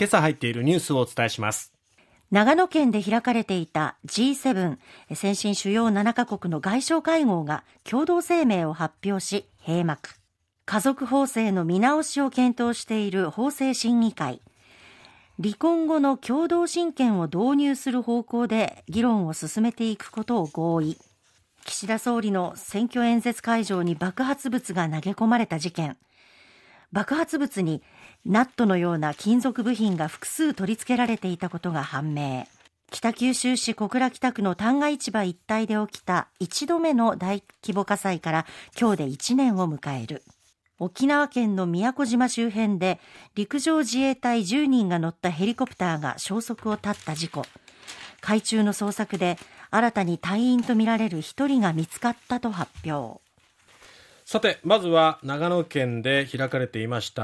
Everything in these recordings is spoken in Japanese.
今朝入っているニュースをお伝えします。 長野県で開かれていた G7 先進主要7カ国の外相会合が共同声明を発表し閉幕。家族法制の見直しを検討している法制審議会、離婚後の共同親権を導入する方向で議論を進めていくことを合意。岸田総理の選挙演説会場に爆発物が投げ込まれた事件。爆発物にナットのような金属部品が複数取り付けられていたことが判明。北九州市小倉北区の旦過市場一帯で起きた1度目の大規模火災から今日で1年を迎える。沖縄県の宮古島周辺で陸上自衛隊10人が乗ったヘリコプターが消息を絶った事故。海中の捜索で新たに隊員とみられる1人が見つかったと発表。 さて、まずは長野県で開かれていました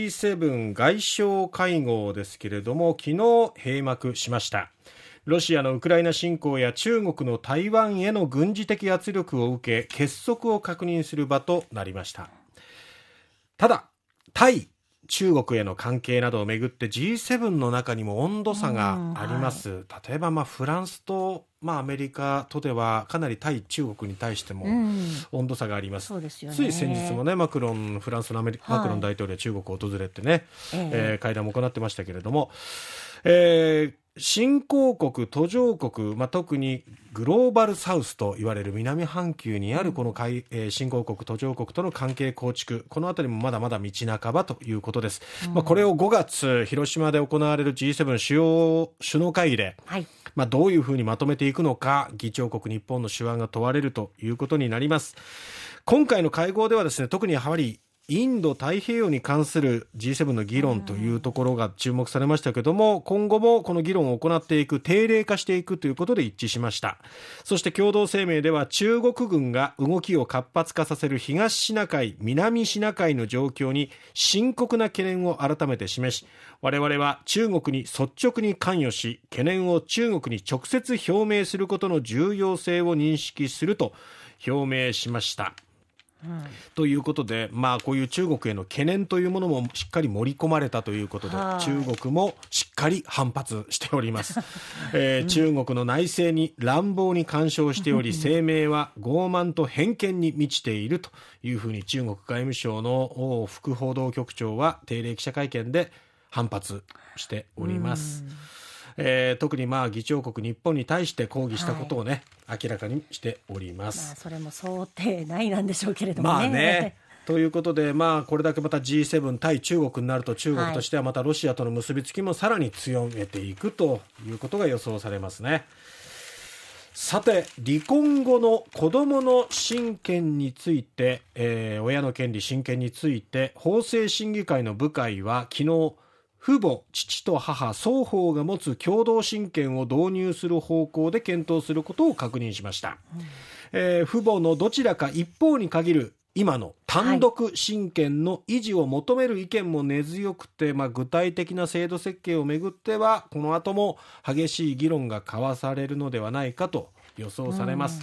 G7 外相会合ですけれども、昨日閉幕しました。ロシアのウクライナ侵攻や中国の台湾への軍事的圧力を受け、結束を確認する場となりました。ただ、対中国への関係などをめぐって G7 の中にも温度差があります。例えばフランスとアメリカとではかなり対中国に対しても温度差があります。 そうですよね。 つい先日もね、フランスのマクロン大統領は中国を訪れてね、会談も行ってましたけれども、新興国、途上国、特にグローバルサウスと言われる南半球にあるこの新興国、途上国との関係構築、このあたりもまだまだ道半ばということです。これを5月広島で行われる G7 主要首脳会議で、どういうふうにまとめていくのか、議長国日本の手腕が問われるということになります。今回の会合ではですね、特にやはりインド太平洋に関する G7 の議論というところが注目されましたけども、今後もこの議論を行っていく、定例化していくということで一致しました。そして共同声明では、中国軍が動きを活発化させる東シナ海、南シナ海の状況に深刻な懸念を改めて示し、我々は中国に率直に関与し、懸念を中国に直接表明することの重要性を認識すると表明しました。ということで、こういう中国への懸念というものもしっかり盛り込まれたということで、中国もしっかり反発しております。中国の内政に乱暴に干渉しており、声明は傲慢と偏見に満ちているというふうに中国外務省の副報道局長は定例記者会見で反発しております。特に議長国日本に対して抗議したことをね、明らかにしております。 それも想定内なんでしょうけれどもね。 ということで、これだけまた G7 対中国になると、中国としてはまたロシアとの結びつきもさらに強めていくということが予想されますね。さて、離婚後の子どもの親権について、親の権利親権について法制審議会の部会は昨日、父母、父と母双方が持つ共同親権を導入する方向で検討することを確認しました。父母のどちらか一方に限る今の単独親権の維持を求める意見も根強くて、具体的な制度設計をめぐってはこの後も激しい議論が交わされるのではないかと予想されます。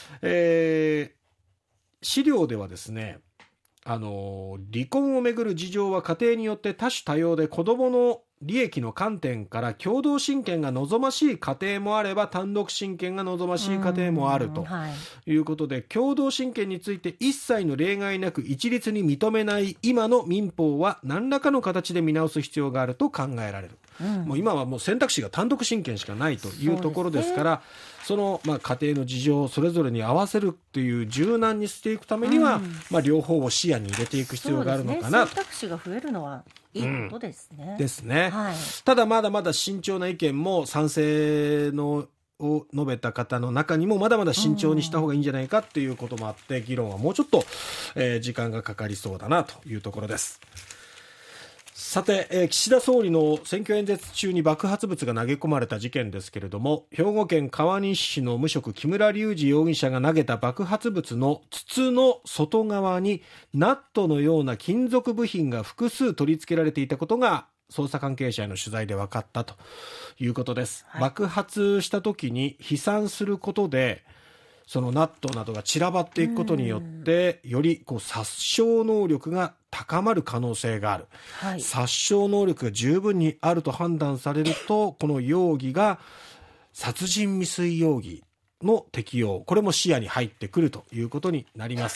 資料ではですね、離婚をめぐる事情は家庭によって多種多様で、子どもの利益の観点から共同親権が望ましい家庭もあれば、単独親権が望ましい家庭もあるということで、共同親権について一切の例外なく一律に認めない今の民法は何らかの形で見直す必要があると考えられる。もう今はもう選択肢が単独親権しかないというところですから、その家庭の事情それぞれに合わせるっていう柔軟にしていくためには、両方を視野に入れていく必要があるのかなと。 選択肢が増えるのはいいことですね。 ですね。ただまだまだ慎重な意見も、賛成のを述べた方の中にもまだまだ慎重にした方がいいんじゃないかっていうこともあって、議論はもうちょっと、時間がかかりそうだなというところです。さて、岸田総理の選挙演説中に爆発物が投げ込まれた事件ですけれども、兵庫県川西市の無職木村隆二容疑者が投げた爆発物の筒の外側にナットのような金属部品が複数取り付けられていたことが捜査関係者への取材で分かったということです。爆発した時に飛散することでそのナットなどが散らばっていくことによってより殺傷能力が高まる可能性がある、はい、殺傷能力が十分にあると判断されるとこの容疑が殺人未遂容疑の適用、これも視野に入ってくるということになります。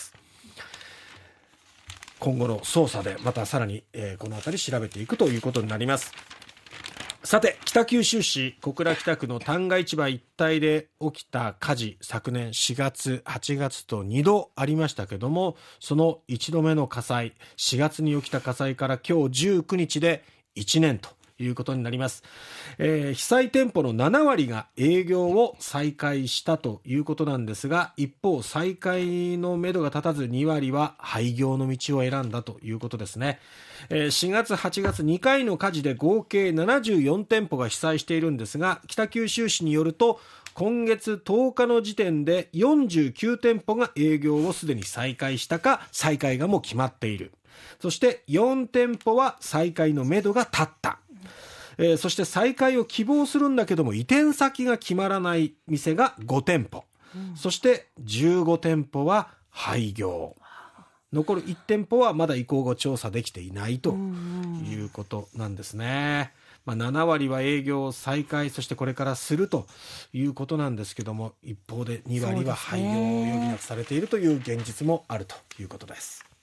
今後の捜査でまたさらに、このあたり調べていくということになります。さて、北九州市小倉北区の旦過市場一帯で起きた火事、昨年4月8月と2度ありましたけども、その1度目の火災、4月に起きた火災から今日19日で1年ということになります。被災店舗の7割が営業を再開したということなんですが、一方再開のめどが立たず2割は廃業の道を選んだということですね。4月8月2回の火事で合計74店舗が被災しているんですが、北九州市によると今月10日の時点で49店舗が営業をすでに再開したか再開がもう決まっている。そして4店舗は再開のめどが立った。そして再開を希望するんだけども移転先が決まらない店が5店舗、そして15店舗は廃業、残る1店舗はまだ意向が調査できていないということなんですね。7割は営業再開、そしてこれからするということなんですけども、一方で2割は廃業を余儀なくされているという現実もあるということです。